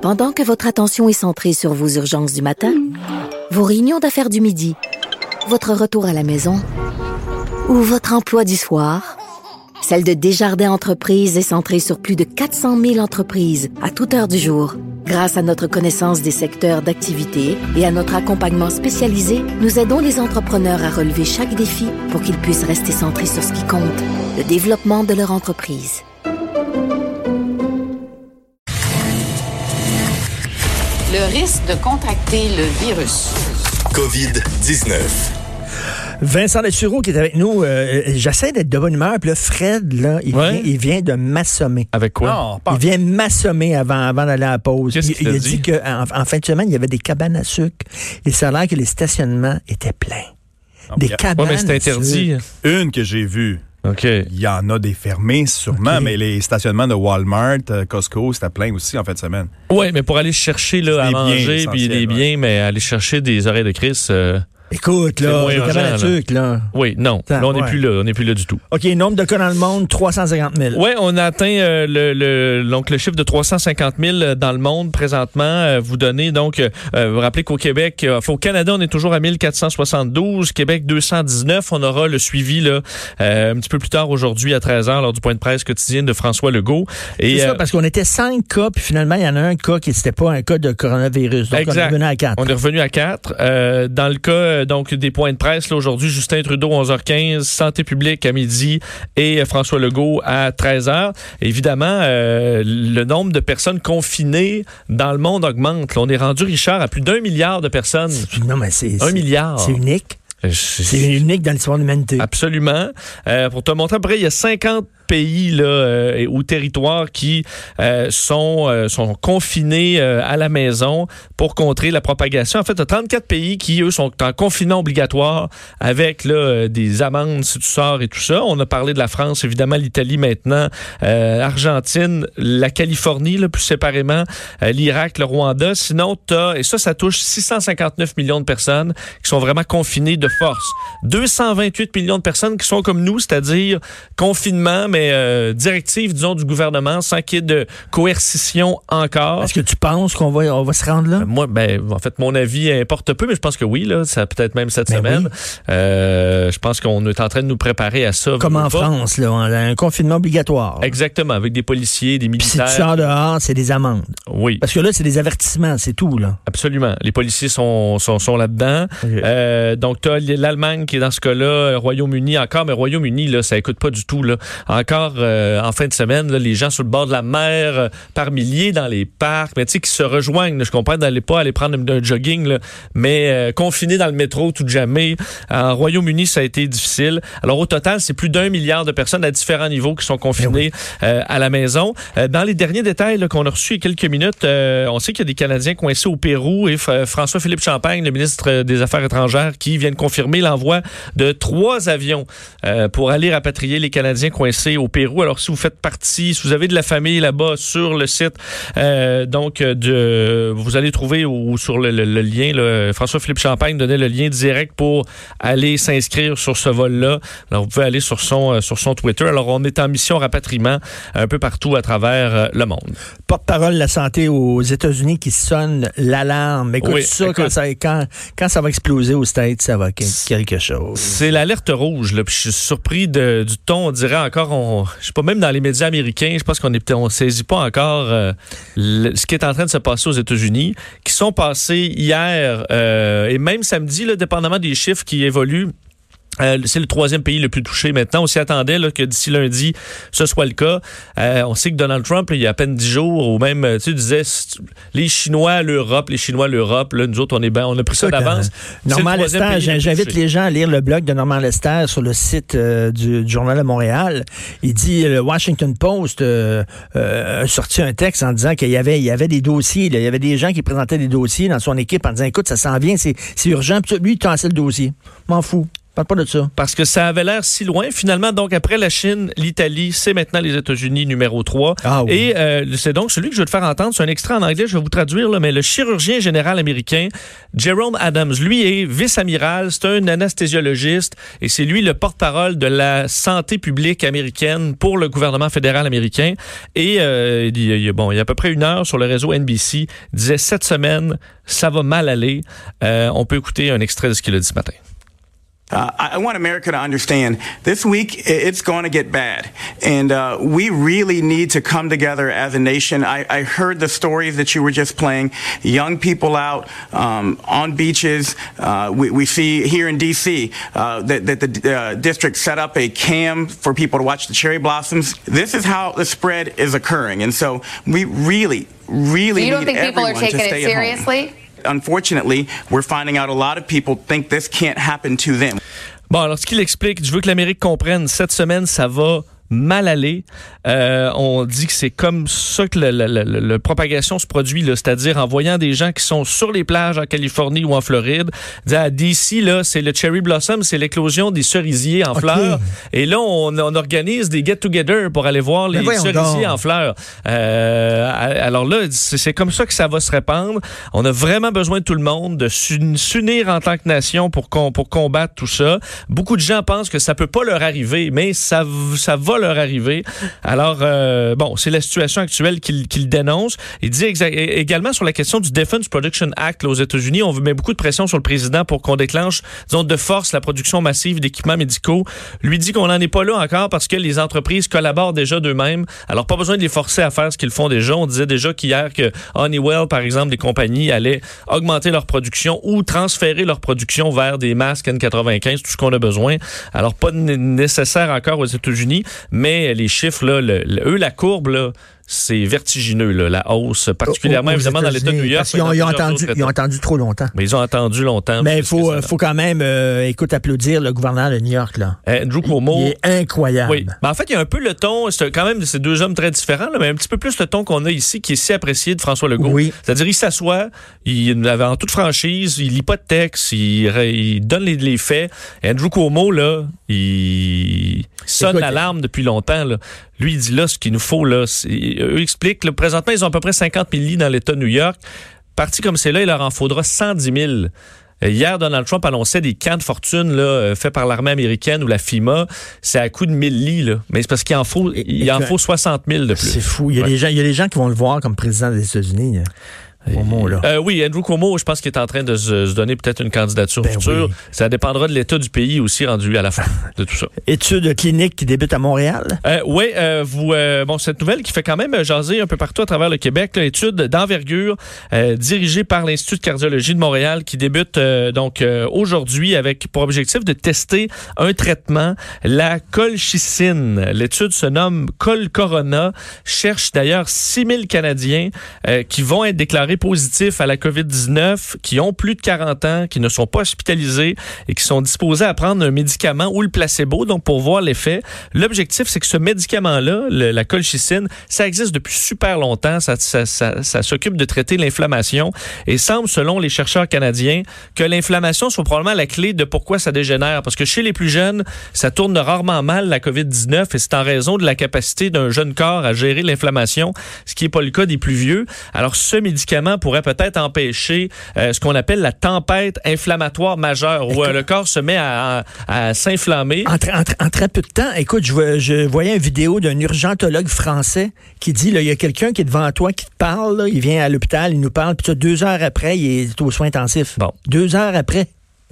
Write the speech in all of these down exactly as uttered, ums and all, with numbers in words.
Pendant que votre attention est centrée sur vos urgences du matin, vos réunions d'affaires du midi, votre retour à la maison ou votre emploi du soir, celle de Desjardins Entreprises est centrée sur plus de quatre cent mille entreprises à toute heure du jour. Grâce à notre connaissance des secteurs d'activité et à notre accompagnement spécialisé, nous aidons les entrepreneurs à relever chaque défi pour qu'ils puissent rester centrés sur ce qui compte, le développement de leur entreprise. Le risque de contracter le virus. covid dix-neuf. Vincent Dessureau qui est avec nous. Euh, j'essaie d'être de bonne humeur. Puis là, Fred, là, il, ouais. vient, il vient de m'assommer. Avec quoi? Non, il vient m'assommer avant, avant d'aller à la pause. Qu'est-ce il qu'il il a dit? dit qu'en en fin de semaine, il y avait des cabanes à sucre. Et ça a l'air que les stationnements étaient pleins. Oh, des yeah. cabanes ouais, mais c'est interdit. Une que j'ai vue. OK. Il y en a des fermés, sûrement, Okay. mais les stationnements de Walmart, Costco, c'était plein aussi en fin de semaine. Oui, mais pour aller chercher là, à des biens manger, puis des essentiels, biens, ouais. mais aller chercher des oreilles de Chris... Euh... Écoute, C'est là, moins les urgent, cabanes à là. sucre, là. Oui, non. Ça, là, on n'est ouais. plus là. On n'est plus là du tout. OK, nombre de cas dans le monde, trois cent cinquante mille. Oui, on a atteint euh, le, le, donc, le chiffre de trois cent cinquante mille dans le monde présentement. Euh, vous donnez donc, euh, vous rappelez qu'au Québec, euh, au Canada, on est toujours à mille quatre cent soixante-douze, Québec deux cent dix-neuf. On aura le suivi là euh, un petit peu plus tard aujourd'hui à treize heures lors du point de presse quotidien de François Legault. Et, C'est ça, euh, parce qu'on était cinq cas, puis finalement, il y en a un cas qui n'était pas un cas de coronavirus. Donc, exact. on est revenu à quatre. On est revenu à quatre. Euh, dans le cas euh, donc des points de presse, là, aujourd'hui, Justin Trudeau, onze heures quinze, Santé publique à midi et euh, François Legault à treize heures. Évidemment, euh, le nombre de personnes confinées dans le monde augmente. Là, on est rendu, Richard, à plus d'un milliard de personnes. Non, mais c'est... Un c'est- milliard. C'est unique. C'est C'est unique dans l'histoire de l'humanité. Absolument. Euh, pour te montrer, après, il y a cinquante pays là, euh, ou territoires qui euh, sont, euh, sont confinés euh, à la maison pour contrer la propagation. En fait, il y a trente-quatre pays qui, eux, sont en confinement obligatoire avec là, euh, des amendes si tu sors et tout ça. On a parlé de la France, évidemment, l'Italie maintenant, euh, Argentine, la Californie, là, plus séparément, euh, l'Irak, le Rwanda. Sinon, t'as, et ça, ça touche six cent cinquante-neuf millions de personnes qui sont vraiment confinées de force. deux cent vingt-huit millions de personnes qui sont comme nous, c'est-à-dire confinement, mais euh, directive, disons, du gouvernement sans qu'il y ait de coercition encore. Est-ce que tu penses qu'on va, on va se rendre là? Euh, Moi, ben, en fait, mon avis importe peu, mais je pense que oui, là, ça peut-être même cette Ben semaine. oui. Euh, je pense qu'on est en train de nous préparer à ça. Comme en Pas. France, là, on a un confinement obligatoire. Exactement, avec des policiers, des Puis si militaires. tu sors dehors, c'est des amendes. Oui. Parce que là, c'est des avertissements, c'est tout, là. Absolument. Les policiers sont, sont, sont là-dedans. Okay. Euh, donc, tu as l'Allemagne qui est dans ce cas-là, le Royaume-Uni encore, mais Royaume-Uni, là, ça écoute pas du tout. Là. Encore euh, en fin de semaine, là, les gens sur le bord de la mer, euh, par milliers dans les parcs, mais tu sais, qui se rejoignent. Là. Je comprends d'aller pas aller prendre un, un jogging, là, mais euh, confinés dans le métro tout de jamais. En Royaume-Uni, ça a été difficile. Alors, au total, c'est plus d'un milliard de personnes à différents niveaux qui sont confinées euh, à la maison. Euh, dans les derniers détails là, qu'on a reçus il y a quelques minutes, euh, on sait qu'il y a des Canadiens coincés au Pérou et F- François-Philippe Champagne, le ministre des Affaires étrangères, qui vient de confirmer l'envoi de trois avions euh, pour aller rapatrier les Canadiens coincés au Pérou. Alors, si vous faites partie, si vous avez de la famille là-bas sur le site, euh, donc, de, vous allez trouver ou sur le, le, le lien, là, François-Philippe Champagne donnait le lien direct pour aller s'inscrire sur ce vol-là. Alors, vous pouvez aller sur son, sur son Twitter. Alors, on est en mission rapatriement un peu partout à travers euh, le monde. Porte-parole de la santé aux États-Unis qui sonne l'alarme. Écoute Oui, ça, écoute. Quand, ça quand, quand ça va exploser aux States, ça va être quelque chose. C'est l'alerte rouge. Là. Puis je suis surpris de, du ton. On dirait encore, on, je sais pas, même dans les médias américains, je pense qu'on est, on saisit pas encore euh, le, ce qui est en train de se passer aux États-Unis, qui sont passés hier euh, et même samedi, là, dépendamment des chiffres qui évoluent. Euh, c'est le troisième pays le plus touché maintenant. On s'y attendait là, que d'ici lundi, ce soit le cas. Euh, on sait que Donald Trump, là, il y a à peine dix jours, ou même, tu sais, disait les Chinois, l'Europe, les Chinois, l'Europe. Là, nous autres, on est ben, on a pris ça d'avance. Euh, Normand Lester, j'invite les gens à lire le blog de Normand Lester sur le site euh, du, du Journal de Montréal. Il dit, le Washington Post euh, euh, a sorti un texte en disant qu'il y avait, il y avait des dossiers. Là, il y avait des gens qui présentaient des dossiers dans son équipe en disant, écoute, ça s'en vient, c'est, c'est urgent. Puis lui, il tassait le dossier. M'en fous. Parle pas de ça. Parce que ça avait l'air si loin. Finalement, donc, après la Chine, l'Italie, c'est maintenant les États-Unis numéro trois. Ah, oui. Et euh, c'est donc celui que je vais te faire entendre. C'est un extrait en anglais, je vais vous traduire, là, mais le chirurgien général américain, Jerome Adams, lui est vice-amiral, c'est un anesthésiologiste et c'est lui le porte-parole de la santé publique américaine pour le gouvernement fédéral américain. Et euh, il, y a, bon, il y a à peu près une heure sur le réseau N B C, il disait cette semaine, ça va mal aller. Euh, on peut écouter un extrait de ce qu'il a dit ce matin. Uh, I want America to understand this week it's going to get bad, and uh, we really need to come together as a nation. I, I heard the stories that you were just playing, young people out um, on beaches. Uh, we, we see here in D C uh, that, that the uh, district set up a cam for people to watch the cherry blossoms. This is how the spread is occurring, and so we really, really you don't need think people are everyone taking to stay it seriously? at home. Unfortunately, we're finding out a lot of people think this can't happen to them. Bon, alors ce qu'il explique, je veux que l'Amérique comprenne, cette semaine, ça va mal aller. Euh, on dit que c'est comme ça que la, la, la, la propagation se produit, là, c'est-à-dire en voyant des gens qui sont sur les plages en Californie ou en Floride. À D C, là, c'est le cherry blossom, c'est l'éclosion des cerisiers en okay. fleurs. Et là, on, on organise des get-together pour aller voir les cerisiers donc. en fleurs. Euh, alors là, c'est, c'est comme ça que ça va se répandre. On a vraiment besoin de tout le monde, de s'unir en tant que nation pour, pour combattre tout ça. Beaucoup de gens pensent que ça peut pas leur arriver, mais ça, ça va leur arriver. Alors, euh, bon, c'est la situation actuelle qu'il, qu'il dénonce. Il dit exa- également sur la question du Defense Production Act là, aux États-Unis, on met beaucoup de pression sur le président pour qu'on déclenche, disons, de force la production massive d'équipements médicaux. Lui dit qu'on n'en est pas là encore parce que les entreprises collaborent déjà d'eux-mêmes. Alors, pas besoin de les forcer à faire ce qu'ils font déjà. On disait déjà qu'hier que Honeywell, par exemple, des compagnies allaient augmenter leur production ou transférer leur production vers des masques N quatre-vingt-quinze, tout ce qu'on a besoin. Alors, pas n- nécessaire encore aux États-Unis, mais les chiffres, là, le, le, eux, la courbe, là, c'est vertigineux, là, la hausse, particulièrement aux évidemment États-Unis, dans l'État de New York. Parce qu'ils ont, ils ont, attendu, ils ont attendu trop longtemps. Mais ils ont attendu longtemps. Mais il faut, faut quand même, euh, écoute, applaudir le gouverneur de New York. Là. Andrew Cuomo. Il est incroyable. Oui. Ben, en fait, il y a un peu le ton, c'est quand même ces deux hommes très différents, là, mais un petit peu plus le ton qu'on a ici, qui est si apprécié de François Legault. Oui. C'est-à-dire, il s'assoit, il avait en toute franchise, il lit pas de texte, il, il donne les, les faits. Andrew Cuomo, là, il sonne écoute, l'alarme depuis longtemps, là. Lui, il dit là, ce qu'il nous faut, là, c'est, eux expliquent, là, présentement, ils ont à peu près cinquante mille lits dans l'État de New York. Parti comme c'est là, il leur en faudra cent dix mille. Hier, Donald Trump annonçait des camps de fortune là, faits par l'armée américaine ou la FEMA. C'est à coût de mille lits. Là. Mais c'est parce qu'il en faut, il en faut soixante mille de plus. C'est fou. Il y a, ouais. des gens, il y a des gens qui vont le voir comme président des États-Unis. Là. Cuomo, là. Euh, oui, Andrew Cuomo, je pense qu'il est en train de se, se donner peut-être une candidature ben future. Oui. Ça dépendra de l'état du pays aussi rendu à la fin de tout ça. Étude clinique qui débute à Montréal? Euh, oui, euh, vous, euh, bon, cette nouvelle qui fait quand même jaser un peu partout à travers le Québec, là, étude d'envergure euh, dirigée par l'Institut de cardiologie de Montréal qui débute euh, donc euh, aujourd'hui avec pour objectif de tester un traitement, la colchicine. L'étude se nomme Colcorona, cherche d'ailleurs six mille Canadiens euh, qui vont être déclarés positifs à la covid dix-neuf, qui ont plus de quarante ans, qui ne sont pas hospitalisés et qui sont disposés à prendre un médicament ou le placebo, donc pour voir l'effet. L'objectif, c'est que ce médicament-là, le, la colchicine, ça existe depuis super longtemps, ça, ça, ça, ça s'occupe de traiter l'inflammation et semble, selon les chercheurs canadiens, que l'inflammation soit probablement la clé de pourquoi ça dégénère. Parce que chez les plus jeunes, ça tourne rarement mal, la covid dix-neuf, et c'est en raison de la capacité d'un jeune corps à gérer l'inflammation, ce qui n'est pas le cas des plus vieux. Alors, ce médicament pourrait peut-être empêcher euh, ce qu'on appelle la tempête inflammatoire majeure, où euh, le corps se met à, à, à s'inflammer. En, en, en très peu de temps, écoute, je, je voyais une vidéo d'un urgentologue français qui dit, là, il y a quelqu'un qui est devant toi, qui te parle, là, il vient à l'hôpital, il nous parle, puis deux heures après, il est aux soins intensifs. Bon. Deux heures après.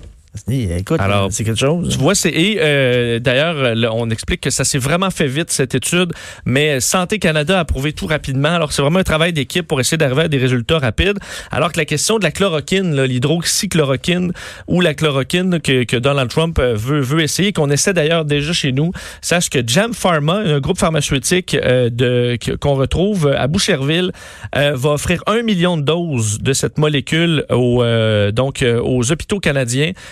Écoute, alors, c'est quelque chose. Tu vois, c'est et euh, d'ailleurs, on explique que ça s'est vraiment fait vite cette étude, mais Santé Canada a approuvé tout rapidement. Alors, c'est vraiment un travail d'équipe pour essayer d'arriver à des résultats rapides. Alors que la question de la chloroquine, là, l'hydroxychloroquine ou la chloroquine que, que Donald Trump veut veut essayer, qu'on essaie d'ailleurs déjà chez nous, sache que Jam Pharma, un groupe pharmaceutique euh, de qu'on retrouve à Boucherville, euh, va offrir un million de doses de cette molécule aux euh, donc euh, aux hôpitaux canadiens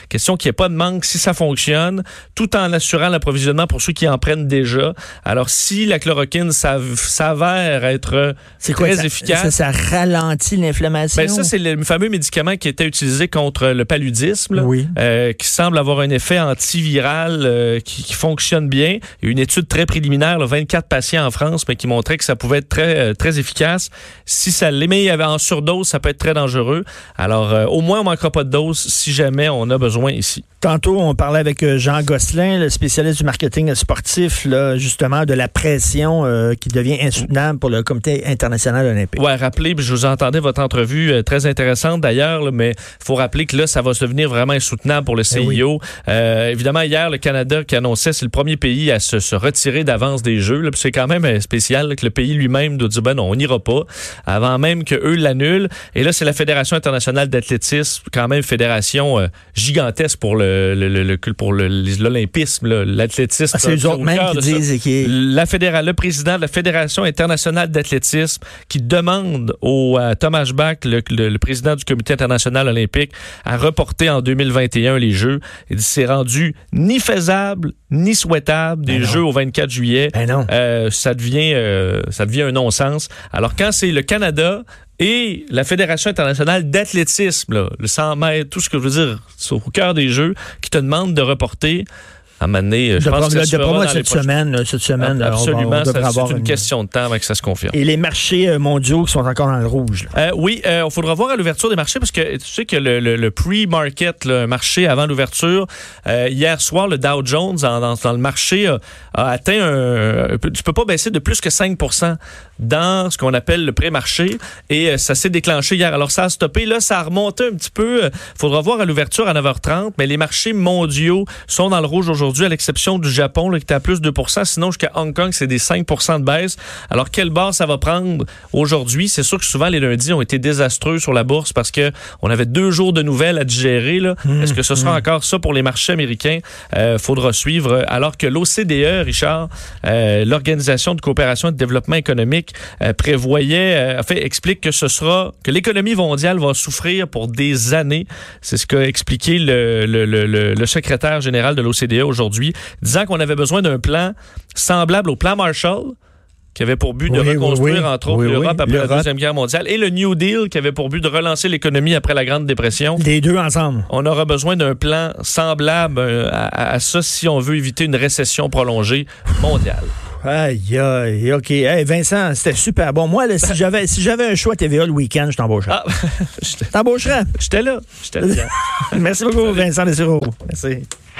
Question qu'il n'y ait pas de manque si ça fonctionne, tout en assurant l'approvisionnement pour ceux qui en prennent déjà. Alors, si la chloroquine s'avère être c'est très quoi, ça, efficace... Ça, ça ralentit l'inflammation? Ben ça, c'est le fameux médicament qui était utilisé contre le paludisme, là, oui. euh, qui semble avoir un effet antiviral euh, qui, qui fonctionne bien. Il y a une étude très préliminaire, là, vingt-quatre patients en France, mais qui montrait que ça pouvait être très, très efficace. Si ça l'est, mais il y avait en surdose, ça peut être très dangereux. Alors, euh, au moins, on ne manquera pas de dose si jamais on a besoin ici. Tantôt, on parlait avec Jean Gosselin, le spécialiste du marketing sportif, là, justement, de la pression euh, qui devient insoutenable pour le Comité international olympique. Oui, rappelez, je vous entendais votre entrevue euh, très intéressante d'ailleurs, là, mais il faut rappeler que là, ça va devenir vraiment insoutenable pour le C I O. Oui. Euh, évidemment, hier, le Canada qui annonçait, c'est le premier pays à se, se retirer d'avance des Jeux. Là, puis c'est quand même spécial là, que le pays lui-même doit dire, ben non, on n'ira pas, avant même qu'eux l'annulent. Et là, c'est la Fédération internationale d'athlétisme, quand même fédération euh, gigantesque pour le Le, le, le, pour le, l'olympisme, là, l'athlétisme. Ah, c'est eux autres mêmes qui disent qui est... la fédéra- le président de la Fédération internationale d'athlétisme qui demande au, à Thomas Bach, le, le, le président du Comité international olympique, à reporter en deux mille vingt et un les Jeux. Il dit c'est rendu ni faisable ni souhaitable des ben Jeux au vingt-quatre juillet. Ben non. Euh, ça devient, euh, ça devient un non-sens. Alors quand c'est le Canada et la Fédération internationale d'athlétisme, là, le cent mètres, tout ce que je veux dire, c'est au cœur des Jeux, qui te demande de reporter. À un moment donné, je pense que ça se fera dans cette les semaine, là, cette semaine, absolument, on va, on ça, c'est une, une question de temps avant que ça se confirme. Et les marchés mondiaux qui sont encore dans le rouge. Euh, oui, il euh, faudra voir à l'ouverture des marchés parce que tu sais que le, le, le pre-market, le marché avant l'ouverture, euh, hier soir, le Dow Jones dans, dans, dans le marché a, a atteint un... Tu peux pas baisser de plus que cinq pour cent dans ce qu'on appelle le pré-marché et euh, ça s'est déclenché hier. Alors ça a stoppé. Là, ça a remonté un petit peu. Il faudra voir à l'ouverture à neuf heures trente, mais les marchés mondiaux sont dans le rouge aujourd'hui, à l'exception du Japon, là, qui était à plus de deux pour cent. Sinon, jusqu'à Hong Kong, c'est des cinq pour cent de baisse. Alors, quelle base ça va prendre aujourd'hui? C'est sûr que souvent, les lundis ont été désastreux sur la bourse parce que on avait deux jours de nouvelles à digérer. Là. Mmh, Est-ce que ce sera mmh. encore ça pour les marchés américains? Euh, faudra suivre. Alors que l'O C D E, Richard, euh, l'Organisation de coopération et de développement économique, euh, prévoyait, euh, en fait, explique que ce sera, que l'économie mondiale va souffrir pour des années. C'est ce qu'a expliqué le, le, le, le, le secrétaire général de l'O C D E aujourd'hui, disant qu'on avait besoin d'un plan semblable au plan Marshall, qui avait pour but de oui, reconstruire, oui, oui. entre autres, oui, l'Europe oui. après L'Europe. la Deuxième Guerre mondiale, et le New Deal, qui avait pour but de relancer l'économie après la Grande Dépression. Les deux ensemble. On aura besoin d'un plan semblable à, à ça si on veut éviter une récession prolongée mondiale. Aïe, aïe, OK. Hey, Vincent, c'était super bon. Moi, là, si j'avais si j'avais un choix T V A le week-end, je t'embaucherais. Ah, je t'embaucherais. J'étais là. J'étais là. Merci beaucoup, Vincent Dessureau. Merci.